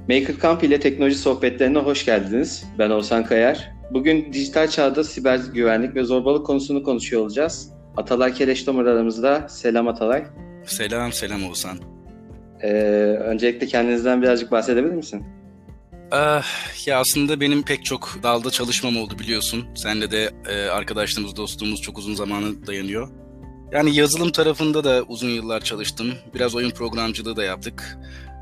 Maker Camp ile teknoloji sohbetlerine hoş geldiniz. Ben Oğuzhan Kayar. Bugün dijital çağda siber güvenlik ve zorbalık konusunu konuşuyor olacağız. Atalay Keleştomur aramızda. Selam Atalay. Selam Oğuzhan. Öncelikle kendinizden birazcık bahsedebilir misin? Ya aslında benim pek çok dalda çalışmam oldu biliyorsun. Seninle de arkadaşlığımız, dostluğumuz çok uzun zamana dayanıyor. Yani yazılım tarafında da uzun yıllar çalıştım. Biraz oyun programcılığı da yaptık.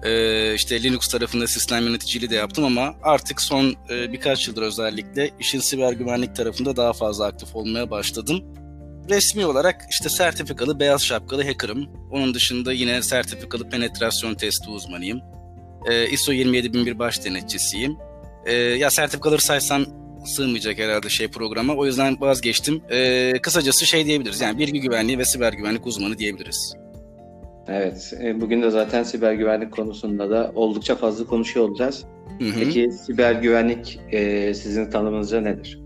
İşte Linux tarafında sistem yöneticiliği de yaptım ama artık son birkaç yıldır özellikle işin siber güvenlik tarafında daha fazla aktif olmaya başladım. Resmi olarak işte sertifikalı beyaz şapkalı hacker'ım. Onun dışında yine sertifikalı penetrasyon testi uzmanıyım. ISO 27001 baş denetçisiyim. Ya sertifikaları saysam sığmayacak herhalde programa. O yüzden vazgeçtim. Kısacası diyebiliriz. Yani bilgi güvenliği ve siber güvenlik uzmanı diyebiliriz. Evet. Bugün de zaten siber güvenlik konusunda da oldukça fazla konuşuyor olacağız. Hı-hı. Peki siber güvenlik sizin tanımınızca nedir?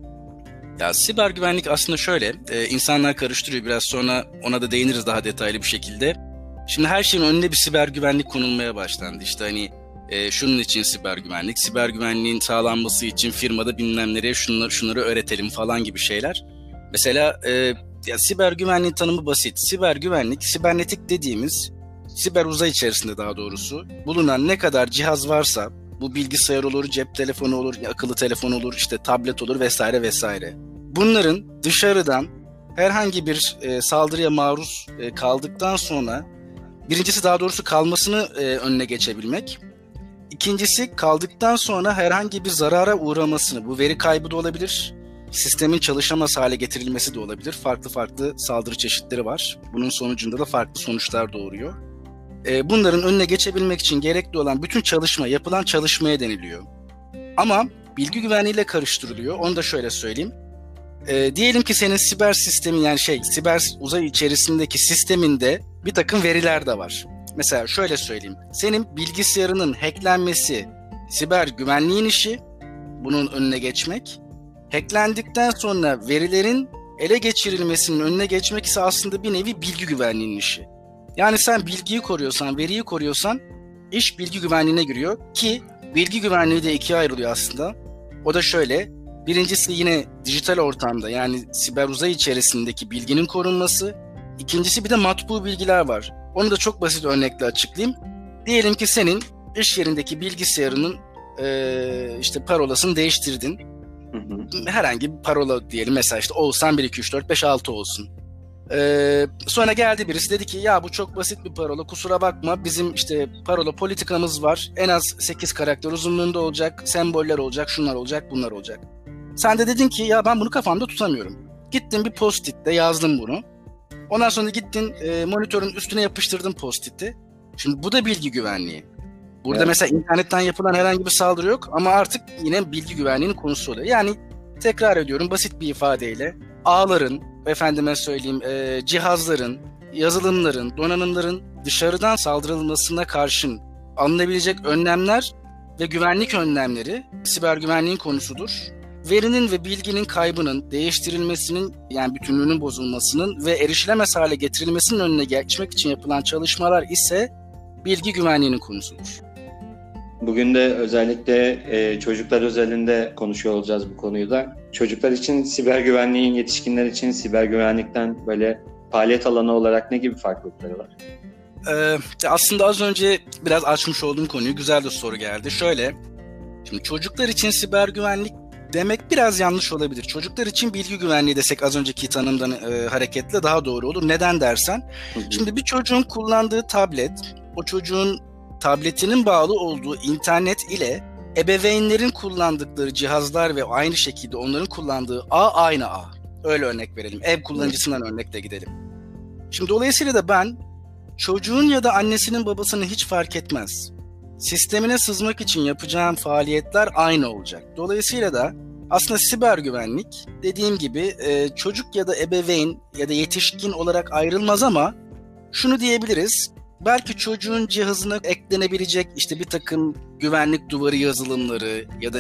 Ya siber güvenlik aslında şöyle. İnsanlar karıştırıyor. Biraz sonra ona da değiniriz daha detaylı bir şekilde. Şimdi her şeyin önüne bir siber güvenlik konulmaya başlandı. İşte şunun için siber güvenlik, siber güvenliğin sağlanması için firmada bilmem nereye şunları öğretelim falan gibi şeyler. Mesela ya siber güvenliğin tanımı basit. Siber güvenlik, sibernetik dediğimiz siber uzay içerisinde daha doğrusu bulunan ne kadar cihaz varsa, bu bilgisayar olur, cep telefonu olur, akıllı telefon olur, işte tablet olur vesaire vesaire. Bunların dışarıdan herhangi bir saldırıya maruz kaldıktan sonra birincisi daha doğrusu kalmasını önüne geçebilmek. İkincisi kaldıktan sonra herhangi bir zarara uğramasını, bu veri kaybı da olabilir, sistemin çalışamaz hale getirilmesi de olabilir. Farklı saldırı çeşitleri var. Bunun sonucunda da farklı sonuçlar doğuruyor. Bunların önüne geçebilmek için gerekli olan bütün çalışma, yapılan çalışmaya deniliyor. Ama bilgi güvenliğiyle karıştırılıyor. Onu da şöyle söyleyeyim. Diyelim ki senin siber sistemin siber uzay içerisindeki sisteminde bir takım veriler de var. Mesela şöyle söyleyeyim. Senin bilgisayarının hacklenmesi siber güvenliğin işi. Bunun önüne geçmek. Hacklendikten sonra verilerin ele geçirilmesinin önüne geçmek ise aslında bir nevi bilgi güvenliğinin işi. Yani sen bilgiyi koruyorsan, veriyi koruyorsan iş bilgi güvenliğine giriyor ki bilgi güvenliği de ikiye ayrılıyor aslında. O da şöyle. Birincisi yine dijital ortamda yani siber uzay içerisindeki bilginin korunması. İkincisi bir de matbu bilgiler var. Onu da çok basit örnekle açıklayayım. Diyelim ki senin iş yerindeki bilgisayarının parolasını değiştirdin. Herhangi bir parola diyelim mesela Oğuzhan 1 2 3 4 5 6 olsun. Sonra geldi birisi dedi ki ya bu çok basit bir parola, kusura bakma, bizim parola politikamız var, en az 8 karakter uzunluğunda olacak, semboller olacak, şunlar olacak, bunlar olacak. Sen de dedin ki ya ben bunu kafamda tutamıyorum. Gittin bir post-it'te yazdın bunu. Ondan sonra gittin monitörün üstüne yapıştırdın post-it'i. Şimdi bu da bilgi güvenliği. Burada mesela internetten yapılan herhangi bir saldırı yok ama artık yine bilgi güvenliğinin konusu oluyor. Yani tekrar ediyorum basit bir ifadeyle ağların, cihazların, yazılımların, donanımların dışarıdan saldırılmasına karşın alınabilecek önlemler ve güvenlik önlemleri siber güvenliğin konusudur. Verinin ve bilginin kaybının, değiştirilmesinin yani bütünlüğünün bozulmasının ve erişilemez hale getirilmesinin önüne geçmek için yapılan çalışmalar ise bilgi güvenliğinin konusudur. Bugün de özellikle çocuklar özelinde konuşuyor olacağız bu konuyu da. Çocuklar için siber güvenliğin, yetişkinler için siber güvenlikten böyle faaliyet alanı olarak ne gibi farklılıkları var? Aslında az önce biraz açmış olduğum konuyu, güzel bir soru geldi. Şimdi çocuklar için siber güvenlik demek biraz yanlış olabilir. Çocuklar için bilgi güvenliği desek az önceki tanımdan hareketle daha doğru olur. Neden dersen, şimdi bir çocuğun kullandığı tablet, o çocuğun tabletinin bağlı olduğu internet ile ebeveynlerin kullandıkları cihazlar ve aynı şekilde onların kullandığı ağ aynı ağ. Öyle örnek verelim. Ev kullanıcısından örnekle gidelim. Şimdi dolayısıyla da ben çocuğun ya da annesinin babasının hiç fark etmez, sistemine sızmak için yapacağım faaliyetler aynı olacak. Dolayısıyla da aslında siber güvenlik dediğim gibi çocuk ya da ebeveyn ya da yetişkin olarak ayrılmaz ama şunu diyebiliriz. Belki çocuğun cihazına eklenebilecek bir takım güvenlik duvarı yazılımları ya da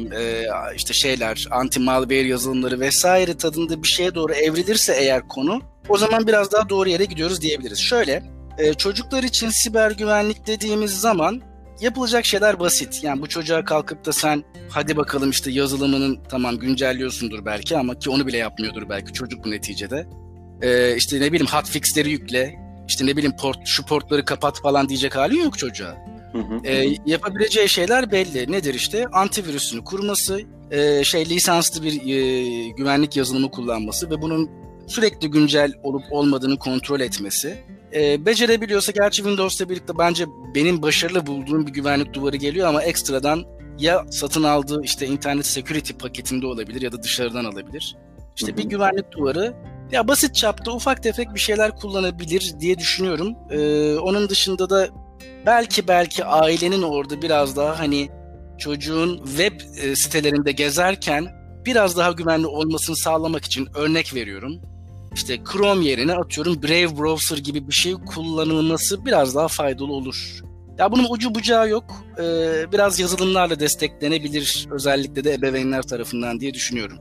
anti-malware yazılımları vesaire tadında bir şeye doğru evrilirse eğer konu, o zaman biraz daha doğru yere gidiyoruz diyebiliriz. Çocuklar için siber güvenlik dediğimiz zaman yapılacak şeyler basit. Yani bu çocuğa kalkıp da sen hadi bakalım işte yazılımının tamam güncelliyorsundur belki ama ki onu bile yapmıyordur belki çocuk bu neticede. İşte ne bileyim hotfix'leri yükle, işte ne bileyim şu portları kapat falan diyecek halin yok çocuğa. Yapabileceği şeyler belli. Nedir işte? Antivirüsünü kurması, lisanslı bir güvenlik yazılımı kullanması ve bunun sürekli güncel olup olmadığını kontrol etmesi. Becerebiliyorsa, gerçi Windows'la birlikte bence benim başarılı bulduğum bir güvenlik duvarı geliyor ama ekstradan ya satın aldığı işte internet security paketinde olabilir ya da dışarıdan alabilir. İşte bir güvenlik duvarı ya basit çapta ufak tefek bir şeyler kullanabilir diye düşünüyorum. Onun dışında da belki ailenin orada biraz daha hani çocuğun web sitelerinde gezerken biraz daha güvenli olmasını sağlamak için örnek veriyorum. İşte Chrome yerine atıyorum Brave Browser gibi bir şey kullanılması biraz daha faydalı olur. Ya bunun ucu bucağı yok. Biraz yazılımlarla desteklenebilir özellikle de ebeveynler tarafından diye düşünüyorum.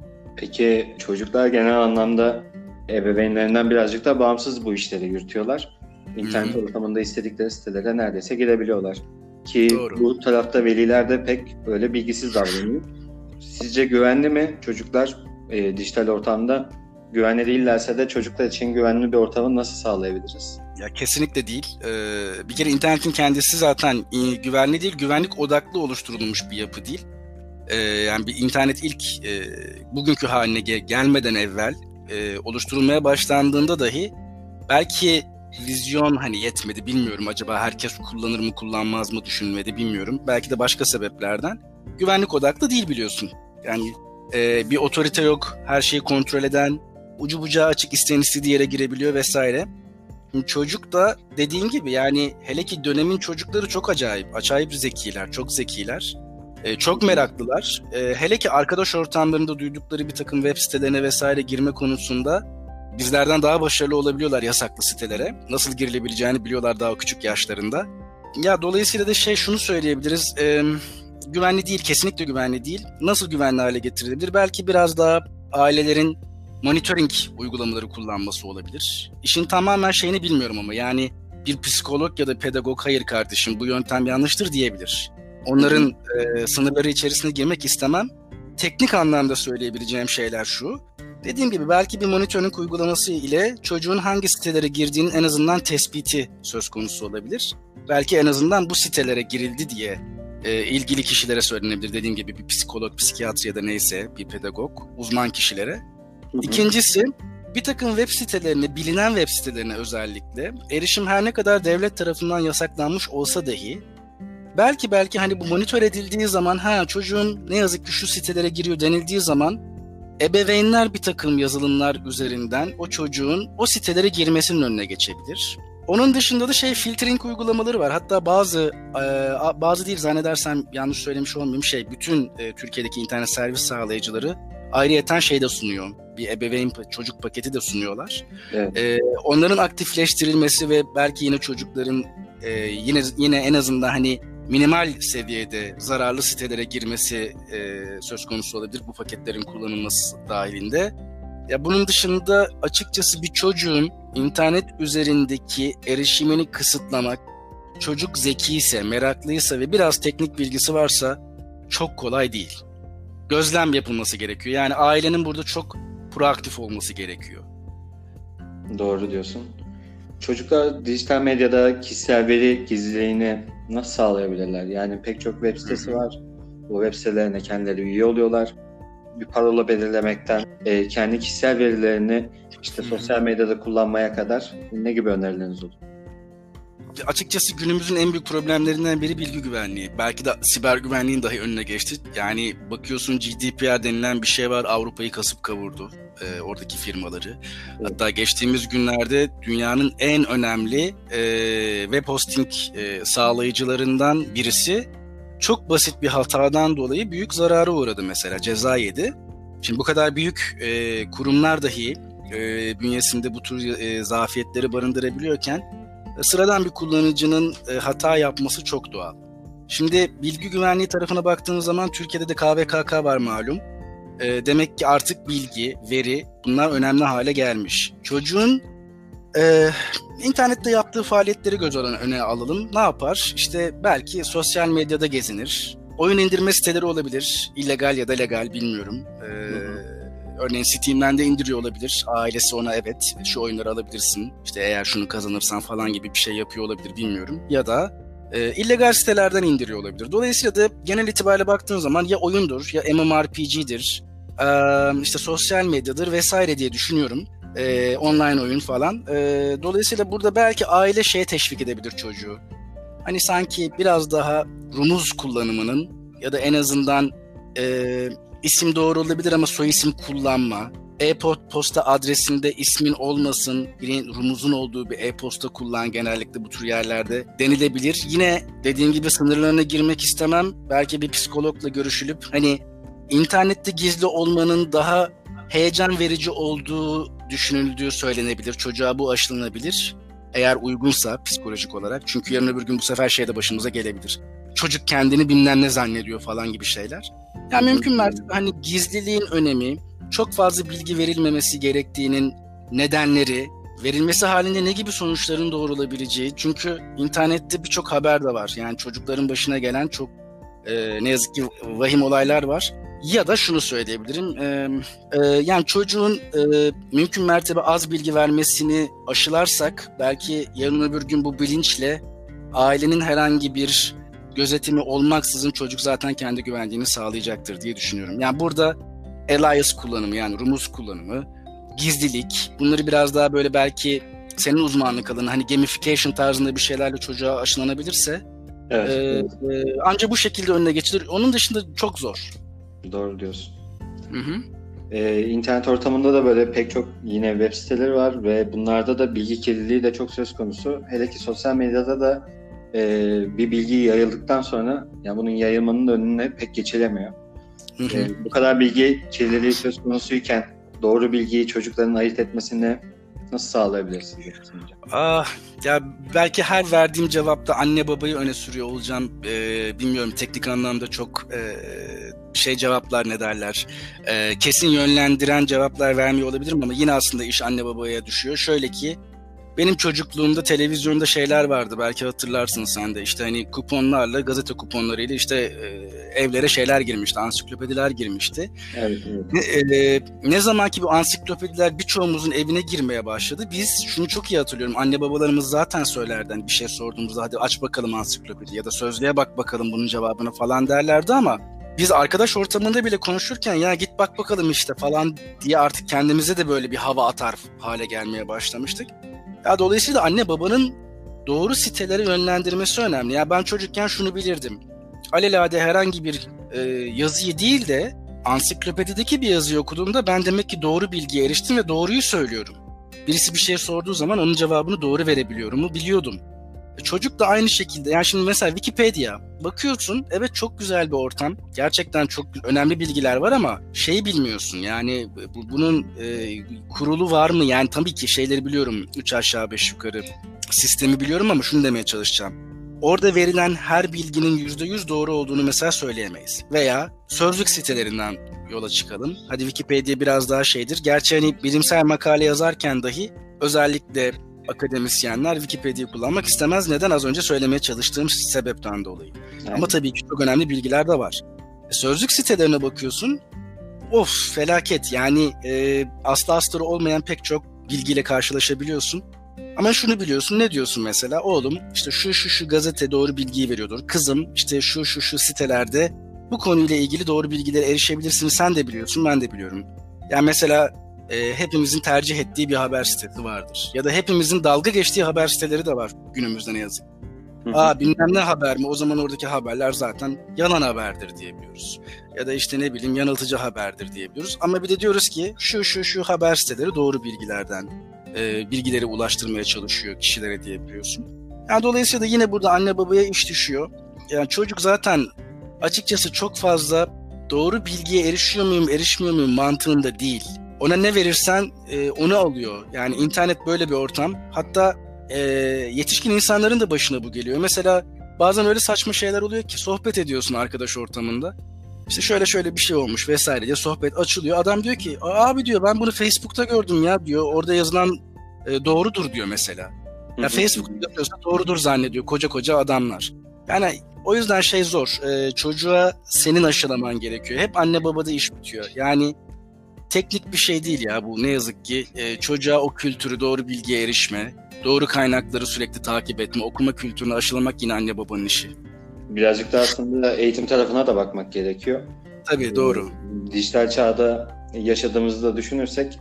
Peki çocuklar genel anlamda ebeveynlerinden birazcık da bağımsız bu işleri yürütüyorlar. İnternet ortamında istedikleri sitelere neredeyse girebiliyorlar. Ki Doğru. bu tarafta veliler de pek böyle bilgisiz davranıyor. Sizce güvenli mi? Çocuklar dijital ortamda güvenli değillerse de çocuklar için güvenli bir ortamı nasıl sağlayabiliriz? Ya kesinlikle değil. Bir kere internetin kendisi zaten güvenli değil, güvenlik odaklı oluşturulmuş bir yapı değil. Yani bir internet ilk bugünkü haline gelmeden evvel oluşturulmaya başlandığında dahi belki vizyon hani yetmedi, bilmiyorum, acaba herkes kullanır mı kullanmaz mı düşünmedi, bilmiyorum. Belki de başka sebeplerden güvenlik odaklı değil, biliyorsun. Yani bir otorite yok, her şeyi kontrol eden, ucu bucağı açık, isteyen istediği yere girebiliyor vesaire. Şimdi çocuk da dediğin gibi yani hele ki dönemin çocukları çok acayip zekiler, çok zekiler. Çok meraklılar. Hele ki arkadaş ortamlarında duydukları bir takım web sitelerine vesaire girme konusunda bizlerden daha başarılı olabiliyorlar yasaklı sitelere. Nasıl girilebileceğini biliyorlar daha küçük yaşlarında. Ya dolayısıyla da şunu söyleyebiliriz. Güvenli değil, kesinlikle güvenli değil. Nasıl güvenli hale getirilebilir? Belki biraz daha ailelerin monitoring uygulamaları kullanması olabilir. İşin tamamen şeyini bilmiyorum ama yani bir psikolog ya da pedagog hayır kardeşim bu yöntem yanlıştır diyebilir. Onların sınırları içerisine girmek istemem. Teknik anlamda söyleyebileceğim şeyler şu. Dediğim gibi belki bir monitoring uygulaması ile çocuğun hangi sitelere girdiğinin en azından tespiti söz konusu olabilir. Belki en azından bu sitelere girildi diye ilgili kişilere söylenebilir. Dediğim gibi bir psikolog, psikiyatr ya da neyse bir pedagog, uzman kişilere. İkincisi, bir takım web sitelerine, bilinen web sitelerine özellikle erişim her ne kadar devlet tarafından yasaklanmış olsa dahi belki hani bu monitör edildiği zaman çocuğun ne yazık ki şu sitelere giriyor denildiği zaman ebeveynler bir takım yazılımlar üzerinden o çocuğun o sitelere girmesinin önüne geçebilir. Onun dışında da filtering uygulamaları var. Hatta bazı değil, zannedersem yanlış söylemiş olmayayım, bütün Türkiye'deki internet servis sağlayıcıları ayrıyeten de sunuyor. Bir ebeveyn çocuk paketi de sunuyorlar. Evet. Onların aktifleştirilmesi ve belki yine çocukların yine en azından hani minimal seviyede zararlı sitelere girmesi söz konusu olabilir bu paketlerin kullanılması dahilinde. Ya bunun dışında açıkçası bir çocuğun internet üzerindeki erişimini kısıtlamak, çocuk zekiyse, meraklıysa ve biraz teknik bilgisi varsa çok kolay değil. Gözlem yapılması gerekiyor. Yani ailenin burada çok proaktif olması gerekiyor. Doğru diyorsun. Çocuklar dijital medyada kişisel veri gizliliğini nasıl sağlayabilirler? Yani pek çok web sitesi var. Bu web sitelerine kendileri üye oluyorlar. Bir parola belirlemekten kendi kişisel verilerini sosyal medyada kullanmaya kadar ne gibi önerileriniz olur? Açıkçası günümüzün en büyük problemlerinden biri bilgi güvenliği. Belki de siber güvenliğin dahi önüne geçti. Yani bakıyorsun GDPR denilen bir şey var, Avrupa'yı kasıp kavurdu oradaki firmaları. Evet. Hatta geçtiğimiz günlerde dünyanın en önemli web hosting sağlayıcılarından birisi çok basit bir hatadan dolayı büyük zarara uğradı mesela, ceza yedi. Şimdi bu kadar büyük kurumlar dahi bünyesinde bu tür zafiyetleri barındırabiliyorken sıradan bir kullanıcının hata yapması çok doğal. Şimdi bilgi güvenliği tarafına baktığınız zaman Türkiye'de de KVKK var malum. Demek ki artık bilgi, veri bunlar önemli hale gelmiş. Çocuğun İnternette yaptığı faaliyetleri göz öne alalım. Ne yapar? İşte belki sosyal medyada gezinir. Oyun indirme siteleri olabilir. İllegal ya da legal bilmiyorum. Örneğin Steam'den de indiriyor olabilir. Ailesi ona evet şu oyunları alabilirsin. İşte eğer şunu kazanırsan falan gibi bir şey yapıyor olabilir bilmiyorum. Ya da illegal sitelerden indiriyor olabilir. Dolayısıyla da genel itibariyle baktığın zaman ya oyundur ya MMORPG'dir. İşte sosyal medyadır vesaire diye düşünüyorum. Online oyun falan. Dolayısıyla burada belki aile şeye teşvik edebilir çocuğu. Hani sanki biraz daha rumuz kullanımının ya da en azından isim doğru olabilir ama soyisim kullanma. E-posta adresinde ismin olmasın, bir rumuzun olduğu bir e-posta kullan genellikle bu tür yerlerde denilebilir. Yine dediğim gibi sınırlarına girmek istemem. Belki bir psikologla görüşülüp hani internette gizli olmanın daha heyecan verici olduğu düşünüldüğü söylenebilir. Çocuğa bu aşılanabilir. Eğer uygunsa psikolojik olarak. Çünkü yarın öbür gün bu sefer şey de başımıza gelebilir. Çocuk kendini bilmem ne zannediyor falan gibi şeyler. Yani mümkün mertebe hani gizliliğin önemi, çok fazla bilgi verilmemesi gerektiğinin nedenleri, verilmesi halinde ne gibi sonuçların doğrulabileceği. Çünkü internette birçok haber de var. Yani çocukların başına gelen çok ne yazık ki vahim olaylar var. Ya da şunu söyleyebilirim. Yani çocuğun mümkün mertebe az bilgi vermesini aşılarsak belki yarın öbür gün bu bilinçle ailenin herhangi bir gözetimi olmaksızın çocuk zaten kendi güvenliğini sağlayacaktır diye düşünüyorum. Yani burada alias kullanımı yani rumuz kullanımı, gizlilik bunları biraz daha böyle belki senin uzmanlık alanı hani gamification tarzında bir şeylerle çocuğa aşılanabilirse Evet. ancak bu şekilde önüne geçilir. Onun dışında çok zor. Doğru diyorsun. Hı. İnternet ortamında da böyle pek çok yine web siteleri var ve bunlarda da bilgi kirliliği de çok söz konusu. Hele ki sosyal medyada da bir bilgi yayıldıktan sonra yani bunun yayılmanın önüne pek geçilemiyor. Bu kadar bilgi kirliliği söz konusuyken doğru bilgiyi çocukların ayırt etmesini nasıl sağlayabilirsiniz? Ya belki her verdiğim cevapta anne babayı öne sürüyor olacağım. Bilmiyorum teknik anlamda çok cevaplar ne derler. Kesin yönlendiren cevaplar vermiyor olabilirim ama yine aslında iş anne babaya düşüyor. Şöyle ki benim çocukluğumda televizyonda şeyler vardı belki hatırlarsın sen de işte hani kuponlarla gazete kuponlarıyla işte evlere şeyler girmişti ansiklopediler girmişti. Evet. Ne zaman ki bu ansiklopediler birçoğumuzun evine girmeye başladı biz şunu çok iyi hatırlıyorum anne babalarımız zaten söylerdi hani bir şey sorduğumuzda hadi aç bakalım ansiklopedi ya da sözlüğe bak bakalım bunun cevabını falan derlerdi ama biz arkadaş ortamında bile konuşurken ya git bak bakalım işte falan diye artık kendimize de böyle bir hava atar hale gelmeye başlamıştık. Ya dolayısıyla anne babanın doğru sitelere yönlendirmesi önemli. Ya ben çocukken şunu bilirdim. Alelade herhangi bir yazıyı değil de ansiklopedideki bir yazıyı okuduğumda ben demek ki doğru bilgiye eriştim ve doğruyu söylüyorum. Birisi bir şey sorduğu zaman onun cevabını doğru verebiliyorumu biliyordum. Çocuk da aynı şekilde. Yani şimdi mesela Wikipedia bakıyorsun evet çok güzel bir ortam. Gerçekten çok önemli bilgiler var ama şeyi bilmiyorsun. Yani bunun kurulu var mı? Yani tabii ki şeyleri biliyorum. 3 aşağı 5 yukarı sistemi biliyorum ama şunu demeye çalışacağım. Orada verilen her bilginin %100 doğru olduğunu mesela söyleyemeyiz. Veya sözlük sitelerinden yola çıkalım. Hadi Wikipedia biraz daha şeydir. Gerçi hani bilimsel makale yazarken dahi özellikle akademisyenler Wikipedia'yı kullanmak istemez. Neden? Az önce söylemeye çalıştığım sebepten dolayı. Evet. Ama tabii ki çok önemli bilgiler de var. Sözlük sitelerine bakıyorsun. Of felaket. Yani aslı astarı olmayan pek çok bilgiyle karşılaşabiliyorsun. Ama şunu biliyorsun. Ne diyorsun mesela? Oğlum işte şu gazete doğru bilgiyi veriyordur. Kızım işte şu sitelerde bu konuyla ilgili doğru bilgilere erişebilirsiniz. Sen de biliyorsun, ben de biliyorum. Yani mesela hepimizin tercih ettiği bir haber sitesi vardır. Ya da hepimizin dalga geçtiği haber siteleri de var günümüzde ne yazık. Bilmem ne haber mi? O zaman oradaki haberler zaten yalan haberdir diyebiliyoruz. Ya da işte ne bileyim yanıltıcı haberdir diyebiliyoruz. Ama bir de diyoruz ki şu haber siteleri doğru bilgilerden bilgileri ulaştırmaya çalışıyor kişilere diyebiliyorsun. Yani dolayısıyla da yine burada anne babaya iş düşüyor. Yani çocuk zaten açıkçası çok fazla doğru bilgiye erişiyor muyum, erişmiyor muyum mantığında değil. Ona ne verirsen onu alıyor. Yani internet böyle bir ortam. Hatta yetişkin insanların da başına bu geliyor. Mesela bazen öyle saçma şeyler oluyor ki sohbet ediyorsun arkadaş ortamında. İşte şöyle bir şey olmuş vesaire diye sohbet açılıyor. Adam diyor ki abi diyor ben bunu Facebook'ta gördüm ya diyor. Orada yazılan doğrudur diyor mesela. Ya Facebook yapıyorsa doğrudur zannediyor koca koca adamlar. Yani o yüzden şey zor. Çocuğa senin aşılaman gerekiyor. Hep anne babada iş bitiyor. Yani teknik bir şey değil ya bu, ne yazık ki. Çocuğa o kültürü, doğru bilgiye erişme, doğru kaynakları sürekli takip etme, okuma kültürünü aşılamak yine anne babanın işi. Birazcık da aslında eğitim tarafına da bakmak gerekiyor. Tabii, doğru. Dijital çağda yaşadığımızı da düşünürsek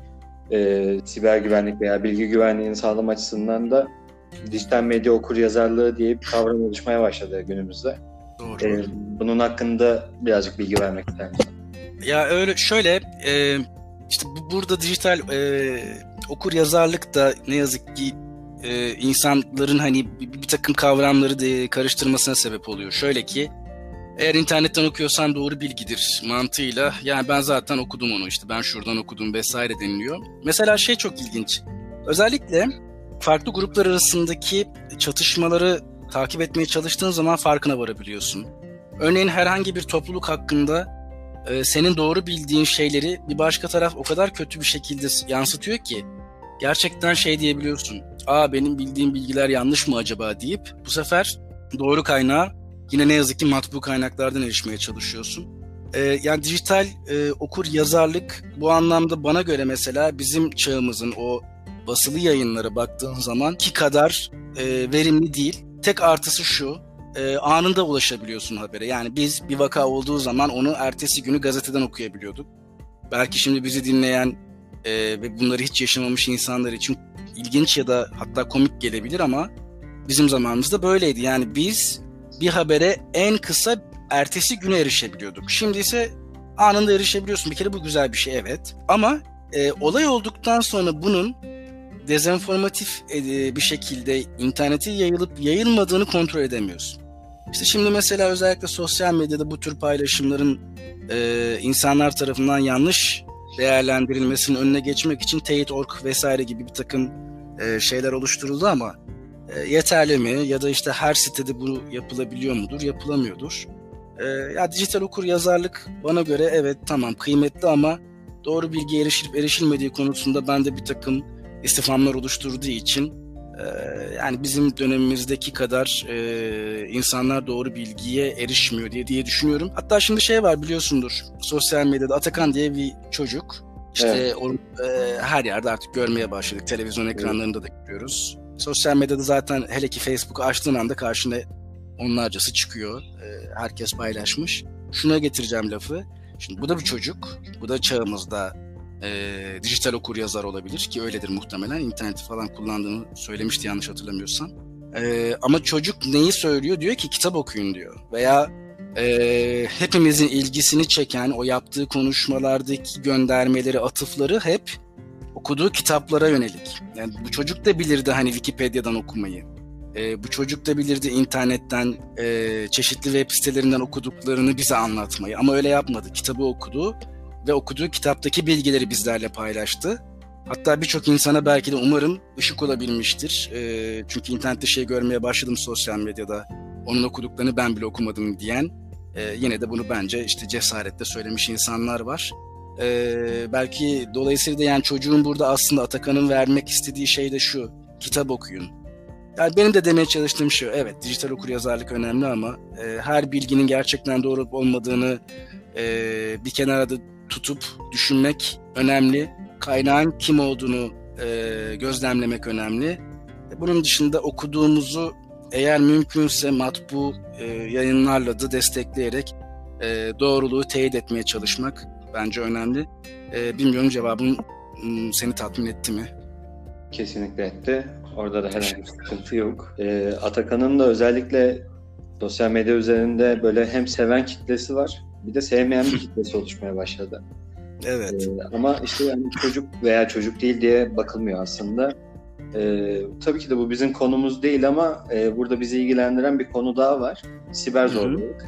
siber güvenlik veya bilgi güvenliğini sağlama açısından da dijital medya okuryazarlığı diye bir kavram oluşmaya başladı günümüzde. Doğru. Bunun hakkında birazcık bilgi vermek isterim. Ya öyle şöyle işte burada dijital okuryazarlık da ne yazık ki insanların hani bir takım kavramları karıştırmasına sebep oluyor. Şöyle ki, eğer internetten okuyorsan doğru bilgidir mantığıyla, yani ben zaten okudum onu, işte ben şuradan okudum vesaire deniliyor. Mesela şey çok ilginç. Özellikle farklı gruplar arasındaki çatışmaları takip etmeye çalıştığın zaman farkına varabiliyorsun. Örneğin herhangi bir topluluk hakkında senin doğru bildiğin şeyleri bir başka taraf o kadar kötü bir şekilde yansıtıyor ki gerçekten şey diyebiliyorsun. Benim bildiğim bilgiler yanlış mı acaba deyip bu sefer doğru kaynağa yine ne yazık ki matbu kaynaklardan erişmeye çalışıyorsun. Yani dijital okur yazarlık bu anlamda bana göre mesela bizim çağımızın o basılı yayınlara baktığın zaman ki kadar verimli değil. Tek artısı şu, anında ulaşabiliyorsun habere. Yani biz bir vaka olduğu zaman onu ertesi günü gazeteden okuyabiliyorduk. Belki şimdi bizi dinleyen ve bunları hiç yaşamamış insanlar için ilginç ya da hatta komik gelebilir ama bizim zamanımızda böyleydi. Yani biz bir habere en kısa ertesi güne erişebiliyorduk. Şimdi ise anında erişebiliyorsun. Bir kere bu güzel bir şey, evet. Ama olay olduktan sonra bunun dezenformatif bir şekilde internete yayılıp yayılmadığını kontrol edemiyorsun. İşte şimdi mesela özellikle sosyal medyada bu tür paylaşımların insanlar tarafından yanlış değerlendirilmesinin önüne geçmek için Teyit.org vesaire gibi bir takım şeyler oluşturuldu ama yeterli mi? Ya da işte her sitede bu yapılabiliyor mudur? Yapılamıyordur. Ya dijital okur yazarlık bana göre evet tamam kıymetli ama doğru bilgiye erişilip erişilmediği konusunda bende bir takım istifamlar oluşturduğu için yani bizim dönemimizdeki kadar insanlar doğru bilgiye erişmiyor diye düşünüyorum. Hatta şimdi şey var, biliyorsundur, sosyal medyada Atakan diye bir çocuk. İşte evet. Onu her yerde artık görmeye başladık. Televizyon ekranlarında da görüyoruz. Sosyal medyada zaten hele ki Facebook'u açtığın anda karşına onlarcası çıkıyor. Herkes paylaşmış. Şuna getireceğim lafı. Şimdi bu da bir çocuk. Bu da çağımızda dijital okur yazar olabilir ki öyledir muhtemelen. İnterneti falan kullandığını söylemişti yanlış hatırlamıyorsam. Ama çocuk neyi söylüyor? Diyor ki kitap okuyun diyor. Veya hepimizin ilgisini çeken o yaptığı konuşmalardaki göndermeleri, atıfları hep okuduğu kitaplara yönelik. Yani bu çocuk da bilirdi hani Wikipedia'dan okumayı. Bu çocuk da bilirdi internetten çeşitli web sitelerinden okuduklarını bize anlatmayı. Ama öyle yapmadı. Kitabı okudu ve okuduğu kitaptaki bilgileri bizlerle paylaştı. Hatta birçok insana belki de umarım ışık olabilmiştir. Çünkü internette şey görmeye başladım sosyal medyada. Onun okuduklarını ben bile okumadım diyen. Yine de bunu bence işte cesaretle söylemiş insanlar var. Belki dolayısıyla da yani çocuğun burada aslında Atakan'ın vermek istediği şey de şu. Kitap okuyun. Yani benim de demeye çalıştığım şey, evet dijital okuryazarlık önemli ama her bilginin gerçekten doğru olup olmadığını bir kenarda tutup düşünmek önemli. Kaynağın kim olduğunu gözlemlemek önemli. Bunun dışında okuduğumuzu eğer mümkünse matbu yayınlarla da destekleyerek doğruluğu teyit etmeye çalışmak bence önemli. Bilmiyorum cevabım seni tatmin etti mi? Kesinlikle etti. Orada da herhangi bir sıkıntı yok. Atakan'ın da özellikle sosyal medya üzerinde böyle hem seven kitlesi var, bir de sevmeyen bir kitlesi oluşmaya başladı. Evet. Ama işte yani çocuk veya çocuk değil diye bakılmıyor aslında. Tabii ki de bu bizim konumuz değil ama burada bizi ilgilendiren bir konu daha var. Siber zorbalık.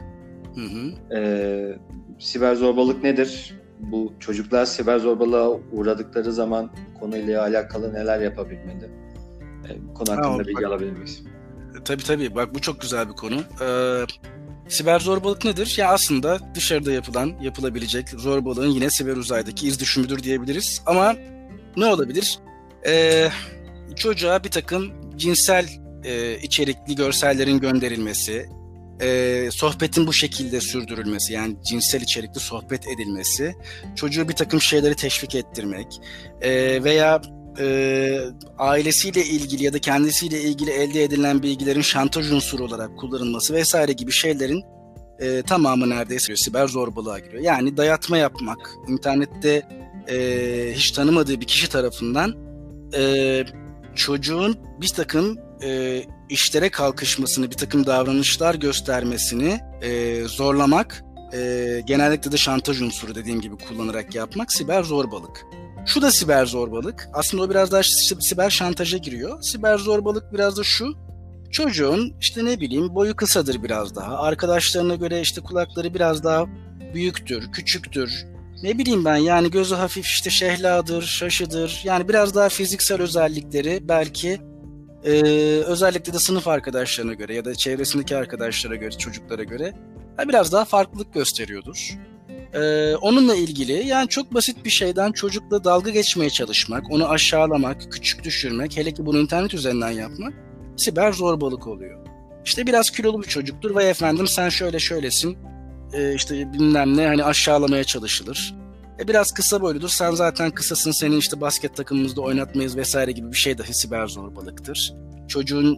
Siber zorbalık nedir? Bu çocuklar siber zorbalığa uğradıkları zaman konuyla alakalı neler yapabilmeli? Bu konu hakkında bilgi alabilir miyiz? Tabii. Bak bu çok güzel bir konu. Siber zorbalık nedir? Ya aslında dışarıda yapılabilecek zorbalığın yine siber uzaydaki iz düşümüdür diyebiliriz. Ama ne olabilir? çocuğa bir takım cinsel içerikli görsellerin gönderilmesi, sohbetin bu şekilde sürdürülmesi, yani cinsel içerikli sohbet edilmesi, çocuğu bir takım şeyleri teşvik ettirmek veya ailesiyle ilgili ya da kendisiyle ilgili elde edilen bilgilerin şantaj unsuru olarak kullanılması vesaire gibi şeylerin tamamı neredeyse siber zorbalığa giriyor. Yani dayatma yapmak, internette hiç tanımadığı bir kişi tarafından çocuğun bir takım işlere kalkışmasını, bir takım davranışlar göstermesini zorlamak, genellikle de şantaj unsuru dediğim gibi kullanarak yapmak siber zorbalık. Şu da siber zorbalık. Aslında o biraz daha siber şantaja giriyor. Siber zorbalık biraz da şu: çocuğun işte ne bileyim boyu kısadır biraz daha. Arkadaşlarına göre işte kulakları biraz daha büyüktür, küçüktür. Ne bileyim ben, yani gözü hafif işte şehladır, şaşıdır. Yani biraz daha fiziksel özellikleri belki özellikle de sınıf arkadaşlarına göre ya da çevresindeki arkadaşlara göre, çocuklara göre biraz daha farklılık gösteriyordur. Onunla ilgili yani çok basit bir şeyden çocukla dalga geçmeye çalışmak, onu aşağılamak, küçük düşürmek, hele ki bunu internet üzerinden yapmak siber zorbalık oluyor. İşte biraz kilolu bir çocuktur, vay efendim sen şöyle şöylesin, işte bilmem ne, hani aşağılamaya çalışılır. Biraz kısa boyludur, sen zaten kısasın, seni işte basket takımımızda oynatmayız vesaire gibi bir şey dahi siber zorbalıktır. Çocuğun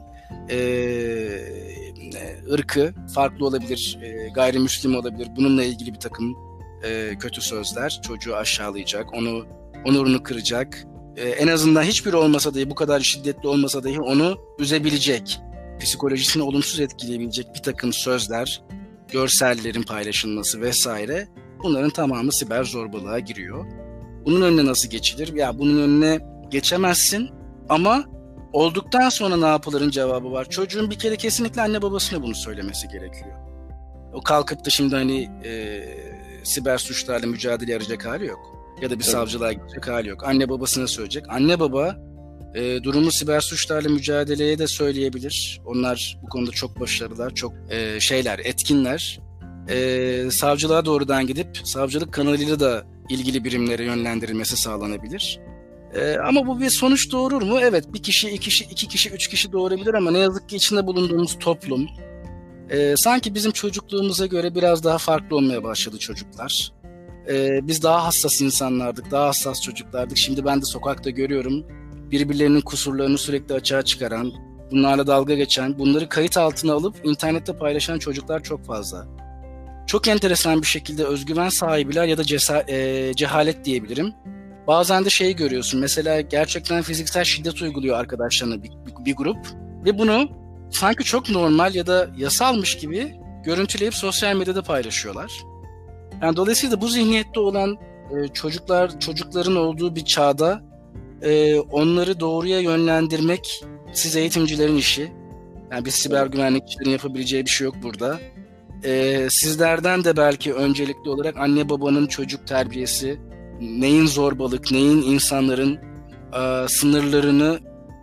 ırkı farklı olabilir, gayrimüslim olabilir. Bununla ilgili bir takım kötü sözler çocuğu aşağılayacak, onu onurunu kıracak. En azından hiçbiri olmasa dahi, bu kadar şiddetli olmasa dahi onu üzebilecek, psikolojisini olumsuz etkileyebilecek bir takım sözler, görsellerin paylaşılması vesaire, bunların tamamı siber zorbalığa giriyor. Bunun önüne nasıl geçilir? Ya bunun önüne geçemezsin ama olduktan sonra ne yapılırın cevabı var. Çocuğun bir kere kesinlikle anne babasına bunu söylemesi gerekiyor. O kalkıp da şimdi hani siber suçlarla mücadele arayacak hali yok. Ya da bir savcılığa gidecek hali yok. Anne babasına söyleyecek. Anne baba durumu siber suçlarla mücadeleye de söyleyebilir. Onlar bu konuda çok başarılılar, çok etkinler. Savcılığa doğrudan gidip savcılık kanalıyla da ilgili birimlere yönlendirilmesi sağlanabilir. Ama bu bir sonuç doğurur mu? Evet, bir kişi, iki kişi, üç kişi doğurabilir ama ne yazık ki içinde bulunduğumuz toplum sanki bizim çocukluğumuza göre biraz daha farklı olmaya başladı çocuklar. Biz daha hassas insanlardık, daha hassas çocuklardık. Şimdi ben de sokakta görüyorum, birbirlerinin kusurlarını sürekli açığa çıkaran, bunlarla dalga geçen, bunları kayıt altına alıp internette paylaşan çocuklar çok fazla. Çok enteresan bir şekilde özgüven sahibiler ya da cehalet diyebilirim. Bazen de şeyi görüyorsun, mesela gerçekten fiziksel şiddet uyguluyor arkadaşlarına bir grup ve bunu sanki çok normal ya da yasalmış gibi görüntüleyip sosyal medyada paylaşıyorlar. Yani dolayısıyla bu zihniyette olan çocukların olduğu bir çağda onları doğruya yönlendirmek siz eğitimcilerin işi. Yani biz siber güvenlikçilerin yapabileceği bir şey yok burada. Sizlerden de belki öncelikli olarak anne babanın çocuk terbiyesi, neyin zorbalık, neyin insanların sınırlarını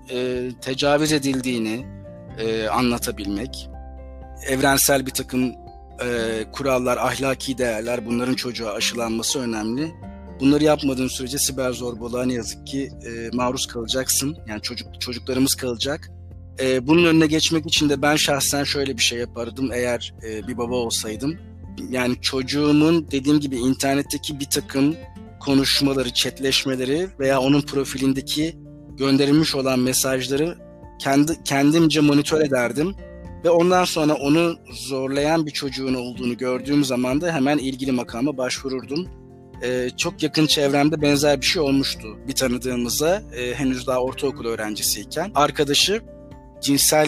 tecavüz edildiğini anlatabilmek. Evrensel bir takım kurallar, ahlaki değerler, bunların çocuğa aşılanması önemli. Bunları yapmadığın sürece siber zorbalığa ne yazık ki maruz kalacaksın. Yani çocuklarımız kalacak. Bunun önüne geçmek için de ben şahsen şöyle bir şey yapardım eğer bir baba olsaydım. Yani çocuğumun dediğim gibi internetteki bir takım konuşmaları, chatleşmeleri veya onun profilindeki gönderilmiş olan mesajları kendimce monitör ederdim. Ve ondan sonra onu zorlayan bir çocuğun olduğunu gördüğüm zaman da hemen ilgili makama başvururdum. Çok yakın çevremde benzer bir şey olmuştu. Bir tanıdığımıza henüz daha ortaokul öğrencisiyken arkadaşı cinsel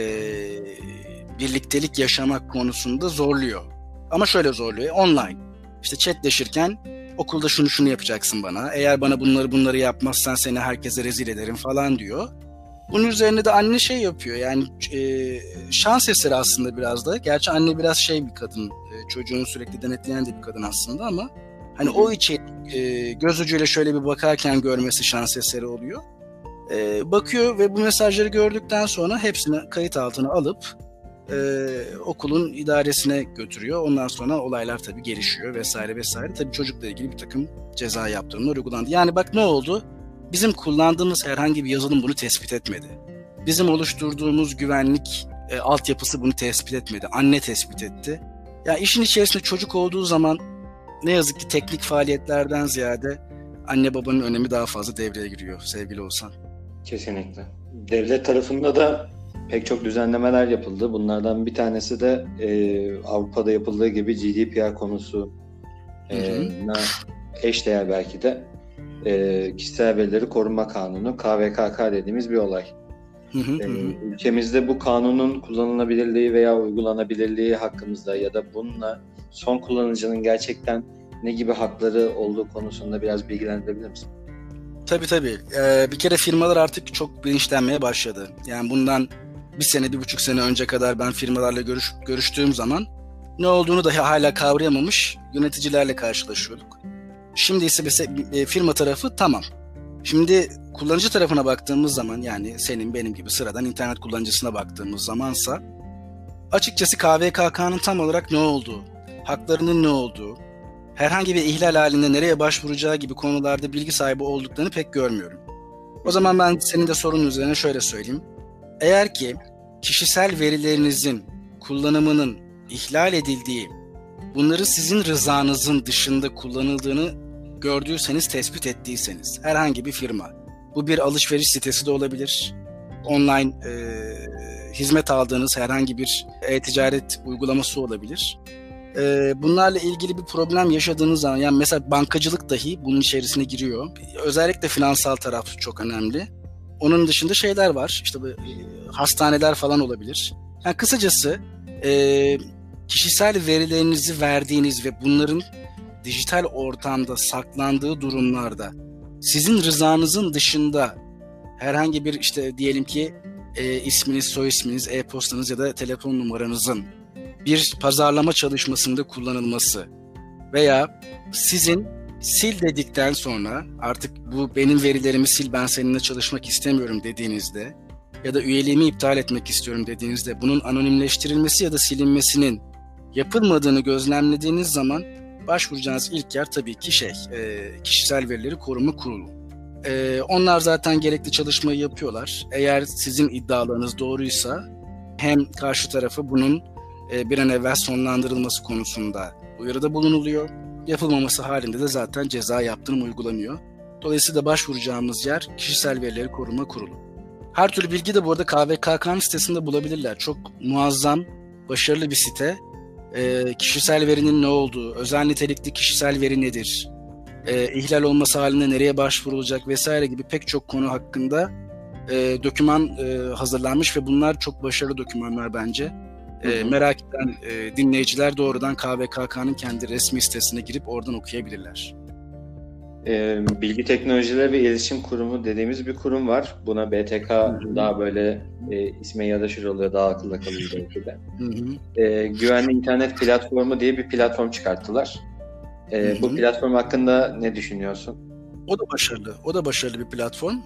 birliktelik yaşamak konusunda zorluyor. Ama şöyle zorluyor, online. İşte chatleşirken okulda şunu yapacaksın bana. Eğer bana bunları yapmazsan seni herkese rezil ederim falan diyor. Bunun üzerine de anne şey yapıyor. Yani şans eseri aslında biraz da. Gerçi anne biraz bir kadın. Çocuğunu sürekli denetleyen de bir kadın aslında ama hani o için göz ucuyla şöyle bir bakarken görmesi şans eseri oluyor. Bakıyor ve bu mesajları gördükten sonra hepsini kayıt altına alıp okulun idaresine götürüyor. Ondan sonra olaylar tabii gelişiyor vesaire vesaire. Tabii çocukla ilgili bir takım ceza yaptırımlar uygulandı. Yani bak ne oldu? bizim kullandığımız herhangi bir yazılım bunu tespit etmedi. Bizim oluşturduğumuz güvenlik altyapısı bunu tespit etmedi. Anne tespit etti. Ya işin içerisinde çocuk olduğu zaman ne yazık ki teknik faaliyetlerden ziyade anne babanın önemi daha fazla devreye giriyor sevgili Oğuzhan. Kesinlikle. Devlet tarafında da pek çok düzenlemeler yapıldı. Bunlardan bir tanesi de Avrupa'da yapıldığı gibi GDPR konusu eşdeğer belki de Kişisel Verileri Koruma Kanunu, KVKK dediğimiz bir olay. Ülkemizde bu kanunun kullanılabilirliği veya uygulanabilirliği hakkımızda ya da bununla son kullanıcının gerçekten ne gibi hakları olduğu konusunda biraz bilgilendirebilir misin? Tabii. Bir kere firmalar artık çok bilinçlenmeye başladı. Yani bundan 1,5 sene önce kadar ben firmalarla görüştüğüm zaman ne olduğunu dahi hala kavrayamamış yöneticilerle karşılaşıyorduk. Şimdi ise mesela firma tarafı tamam. Şimdi kullanıcı tarafına baktığımız zaman, yani senin benim gibi sıradan internet kullanıcısına baktığımız zamansa açıkçası KVKK'nın tam olarak ne olduğu, haklarının ne olduğu, herhangi bir ihlal halinde nereye başvuracağı gibi konularda bilgi sahibi olduklarını pek görmüyorum. O zaman ben senin de sorunun üzerine şöyle söyleyeyim. Eğer ki kişisel verilerinizin kullanımının ihlal edildiği, bunları sizin rızanızın dışında kullanıldığını gördüyseniz, tespit ettiyseniz, herhangi bir firma, bu bir alışveriş sitesi de olabilir, online hizmet aldığınız herhangi bir e-ticaret uygulaması olabilir. Bunlarla ilgili bir problem yaşadığınız zaman, yani mesela bankacılık dahi bunun içerisine giriyor. Özellikle finansal taraf çok önemli. Onun dışında şeyler var, işte hastaneler falan olabilir. Yani kısacası kişisel verilerinizi verdiğiniz ve bunların dijital ortamda saklandığı durumlarda sizin rızanızın dışında herhangi bir işte diyelim ki isminiz, soy isminiz, e-postanız ya da telefon numaranızın bir pazarlama çalışmasında kullanılması veya sizin sil dedikten sonra artık bu benim verilerimi sil, ben seninle çalışmak istemiyorum dediğinizde ya da üyeliğimi iptal etmek istiyorum dediğinizde bunun anonimleştirilmesi ya da silinmesinin yapılmadığını gözlemlediğiniz zaman başvuracağınız ilk yer tabii ki Kişisel Verileri Koruma Kurulu. Onlar zaten gerekli çalışmayı yapıyorlar. Eğer sizin iddialarınız doğruysa hem karşı tarafı bunun bir an evvel sonlandırılması konusunda uyarıda bulunuluyor. Yapılmaması halinde de zaten ceza yaptırım uygulanıyor. Dolayısıyla başvuracağımız yer Kişisel Verileri Koruma Kurulu. Her türlü bilgi de bu arada KVKK'nın sitesinde bulabilirler. Çok muazzam, başarılı bir site. Kişisel verinin ne olduğu, özel nitelikli kişisel veri nedir, ihlal olması halinde nereye başvurulacak vesaire gibi pek çok konu hakkında doküman hazırlanmış ve bunlar çok başarılı dokümanlar bence. Merak eden dinleyiciler doğrudan KVKK'nın kendi resmi sitesine girip oradan okuyabilirler. Bilgi Teknolojileri ve İletişim Kurumu dediğimiz bir kurum var. Buna BTK daha böyle isme yadaşır oluyor, daha akılda kalıyor belki de. Güvenli İnternet Platformu diye bir platform çıkarttılar. Bu platform hakkında ne düşünüyorsun? O da başarılı bir platform.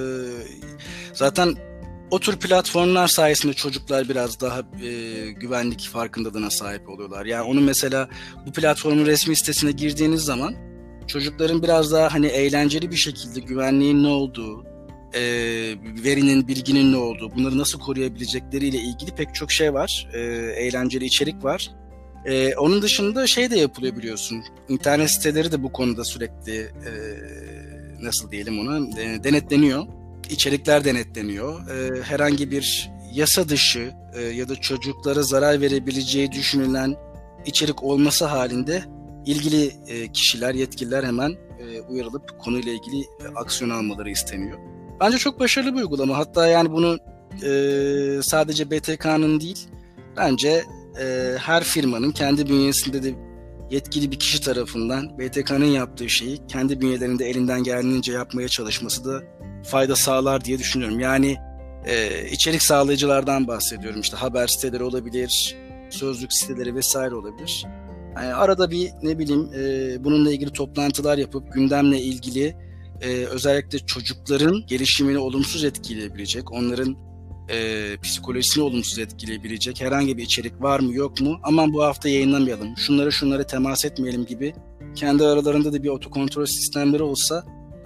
Zaten o tür platformlar sayesinde çocuklar biraz daha güvenlik farkındalığına sahip oluyorlar. Yani onun mesela bu platformun resmi sitesine girdiğiniz zaman çocukların biraz daha hani eğlenceli bir şekilde güvenliğin ne olduğu, verinin, bilginin ne olduğu, bunları nasıl koruyabilecekleriyle ilgili pek çok şey var. Eğlenceli içerik var. Onun dışında şey de yapılıyor biliyorsun. İnternet siteleri de bu konuda sürekli nasıl diyelim ona denetleniyor. İçerikler denetleniyor. Herhangi bir yasa dışı ya da çocuklara zarar verebileceği düşünülen içerik olması halinde ilgili kişiler, yetkililer hemen uyarılıp konuyla ilgili aksiyon almaları isteniyor. Bence çok başarılı bir uygulama. Hatta yani bunu sadece BTK'nın değil, bence her firmanın kendi bünyesinde de yetkili bir kişi tarafından BTK'nın yaptığı şeyi kendi bünyelerinde elinden geldiğince yapmaya çalışması da fayda sağlar diye düşünüyorum. Yani içerik sağlayıcılardan bahsediyorum. İşte haber siteleri olabilir, sözlük siteleri vesaire olabilir. Yani arada bir bununla ilgili toplantılar yapıp gündemle ilgili özellikle çocukların gelişimini olumsuz etkileyebilecek, onların psikolojisini olumsuz etkileyebilecek herhangi bir içerik var mı yok mu, aman bu hafta yayınlamayalım, şunlara temas etmeyelim gibi kendi aralarında da bir otokontrol sistemleri olsa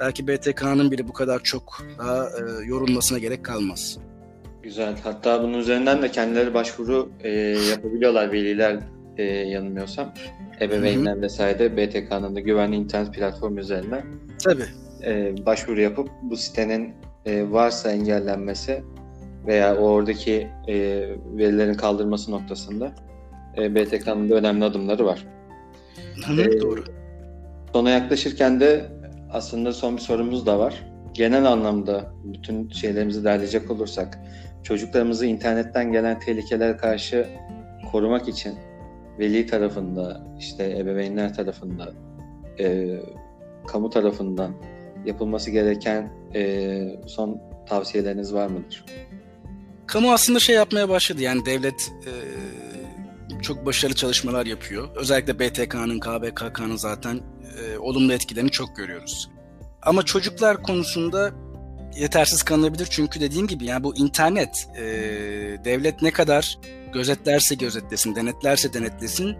belki BTK'nın bile bu kadar çok daha yorulmasına gerek kalmaz. Güzel. Hatta bunun üzerinden de kendileri başvuru yapabiliyorlar veliler yanılmıyorsam. Ebeveynler vesaire BTK'nın da güvenli internet platformu üzerinden Tabii. Başvuru yapıp bu sitenin varsa engellenmesi veya oradaki verilerin kaldırılması noktasında BTK'nın da önemli adımları var. Doğru. Sona yaklaşırken de aslında son bir sorumuz da var. Genel anlamda bütün şeylerimizi derleyecek olursak çocuklarımızı internetten gelen tehlikelere karşı korumak için veli tarafında, işte ebeveynler tarafında, kamu tarafından yapılması gereken son tavsiyeleriniz var mıdır? Kamu aslında yapmaya başladı. Yani devlet çok başarılı çalışmalar yapıyor. Özellikle BTK'nın, KVKK'nın zaten olumlu etkilerini çok görüyoruz. Ama çocuklar konusunda yetersiz kalınabilir. Çünkü dediğim gibi yani bu internet devlet ne kadar gözetlerse gözetlesin, denetlerse denetlesin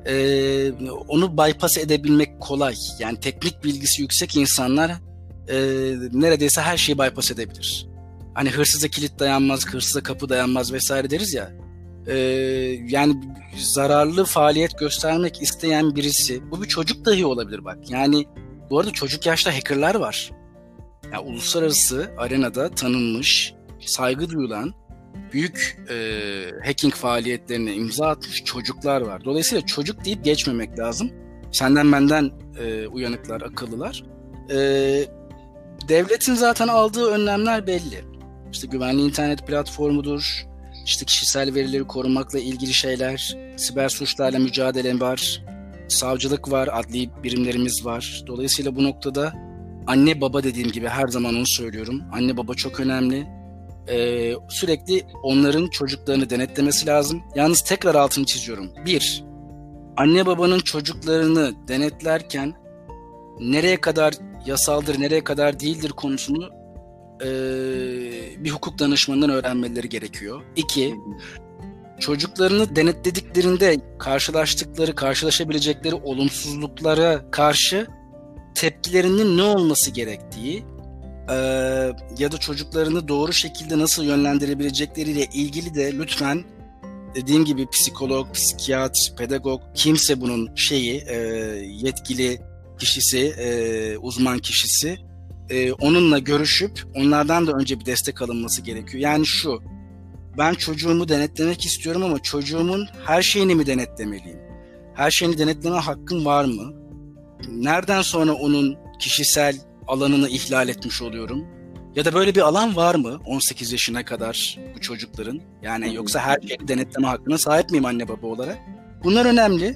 onu bypass edebilmek kolay. Yani teknik bilgisi yüksek insanlar neredeyse her şeyi bypass edebilir. Hani hırsıza kilit dayanmaz, hırsıza kapı dayanmaz vesaire deriz ya. Yani zararlı faaliyet göstermek isteyen birisi, bu bir çocuk dahi olabilir bak. Yani bu arada çocuk yaşta hackerlar var. Yani uluslararası arenada tanınmış, saygı duyulan büyük hacking faaliyetlerine imza atmış çocuklar var. Dolayısıyla çocuk deyip geçmemek lazım. Senden benden uyanıklar, akıllılar. Devletin zaten aldığı önlemler belli. İşte güvenli internet platformudur, işte kişisel verileri korumakla ilgili şeyler, siber suçlarla mücadele var, savcılık var, adli birimlerimiz var. Dolayısıyla bu noktada anne baba dediğim gibi her zaman onu söylüyorum. Anne baba çok önemli. Sürekli onların çocuklarını denetlemesi lazım. Yalnız tekrar altını çiziyorum. 1. Anne babanın çocuklarını denetlerken nereye kadar yasaldır, nereye kadar değildir konusunu bir hukuk danışmanından öğrenmeleri gerekiyor. 2. Çocuklarını denetlediklerinde karşılaşabilecekleri olumsuzluklara karşı tepkilerinin ne olması gerektiği ya da çocuklarını doğru şekilde nasıl yönlendirebilecekleriyle ilgili de lütfen dediğim gibi psikolog, psikiyatr, pedagog kimse bunun yetkili kişisi, uzman kişisi onunla görüşüp onlardan da önce bir destek alınması gerekiyor. Yani ben çocuğumu denetlemek istiyorum ama çocuğumun her şeyini mi denetlemeliyim? Her şeyini denetleme hakkım var mı? Nereden sonra onun kişisel alanını ihlal etmiş oluyorum? Ya da böyle bir alan var mı 18 yaşına kadar bu çocukların? Yani yoksa her şeyi denetleme hakkına sahip miyim anne baba olarak? Bunlar önemli.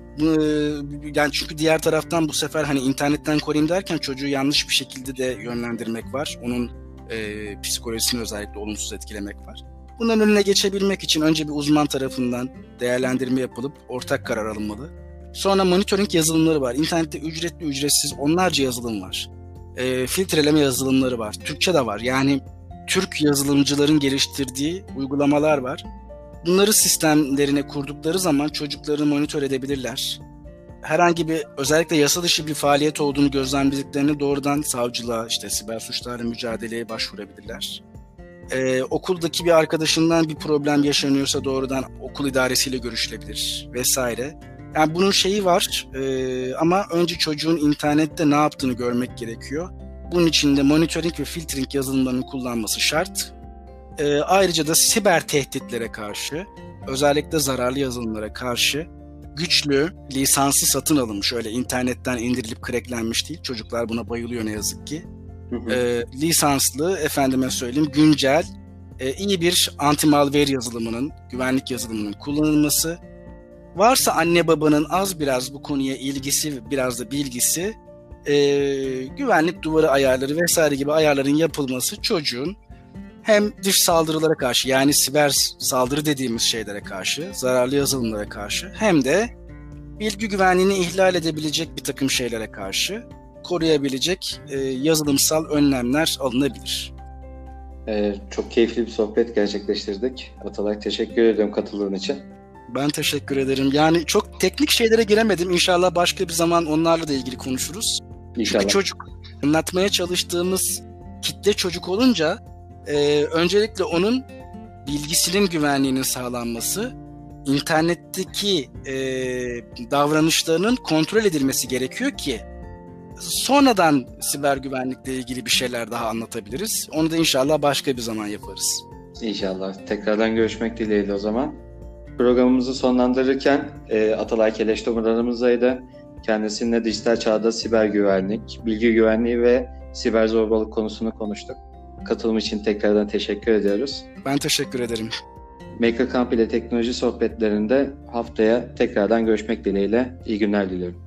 Yani çünkü diğer taraftan bu sefer hani internetten koruyayım derken çocuğu yanlış bir şekilde de yönlendirmek var. Onun psikolojisini özellikle olumsuz etkilemek var. Bunların önüne geçebilmek için önce bir uzman tarafından değerlendirme yapılıp ortak karar alınmalı. Sonra monitoring yazılımları var. İnternette ücretli ücretsiz onlarca yazılım var. Filtreleme yazılımları var. Türkçe de var. Yani Türk yazılımcıların geliştirdiği uygulamalar var. Bunları sistemlerine kurdukları zaman çocuklarını monitör edebilirler. Herhangi bir özellikle yasa dışı bir faaliyet olduğunu gözlemlediklerini doğrudan savcılığa, işte siber suçlarla mücadeleye başvurabilirler. Okuldaki bir arkadaşından bir problem yaşanıyorsa doğrudan okul idaresiyle görüşülebilir vesaire. Yani bunun var ama önce çocuğun internette ne yaptığını görmek gerekiyor. Bunun için de monitoring ve filtering yazılımlarını kullanması şart. Ayrıca da siber tehditlere karşı, özellikle zararlı yazılımlara karşı güçlü, lisanslı satın alınmış, öyle internetten indirilip cracklenmiş değil. Çocuklar buna bayılıyor ne yazık ki. Lisanslı, efendime söyleyeyim, güncel, iyi bir anti-malware yazılımının, güvenlik yazılımının kullanılması. Varsa anne babanın az biraz bu konuya ilgisi ve biraz da bilgisi, güvenlik duvarı ayarları vesaire gibi ayarların yapılması çocuğun hem dış saldırılara karşı, yani siber saldırı dediğimiz şeylere karşı, zararlı yazılımlara karşı, hem de bilgi güvenliğini ihlal edebilecek bir takım şeylere karşı koruyabilecek yazılımsal önlemler alınabilir. Çok keyifli bir sohbet gerçekleştirdik. Atalay, teşekkür ediyorum katıldığın için. Ben teşekkür ederim. Yani çok teknik şeylere giremedim. İnşallah başka bir zaman onlarla da ilgili konuşuruz. İnşallah. Çünkü Anlatmaya çalıştığımız kitle çocuk olunca öncelikle onun bilgisinin güvenliğinin sağlanması, internetteki davranışlarının kontrol edilmesi gerekiyor ki sonradan siber güvenlikle ilgili bir şeyler daha anlatabiliriz. Onu da inşallah başka bir zaman yaparız. İnşallah. Tekrardan görüşmek dileğiyle o zaman. Programımızı sonlandırırken Atalay Keleştomur aramızdaydı. Kendisiyle dijital çağda siber güvenlik, bilgi güvenliği ve siber zorbalık konusunu konuştuk. Katılım için tekrardan teşekkür ediyoruz. Ben teşekkür ederim. Maker Camp ile teknoloji sohbetlerinde haftaya tekrardan görüşmek dileğiyle. İyi günler diliyorum.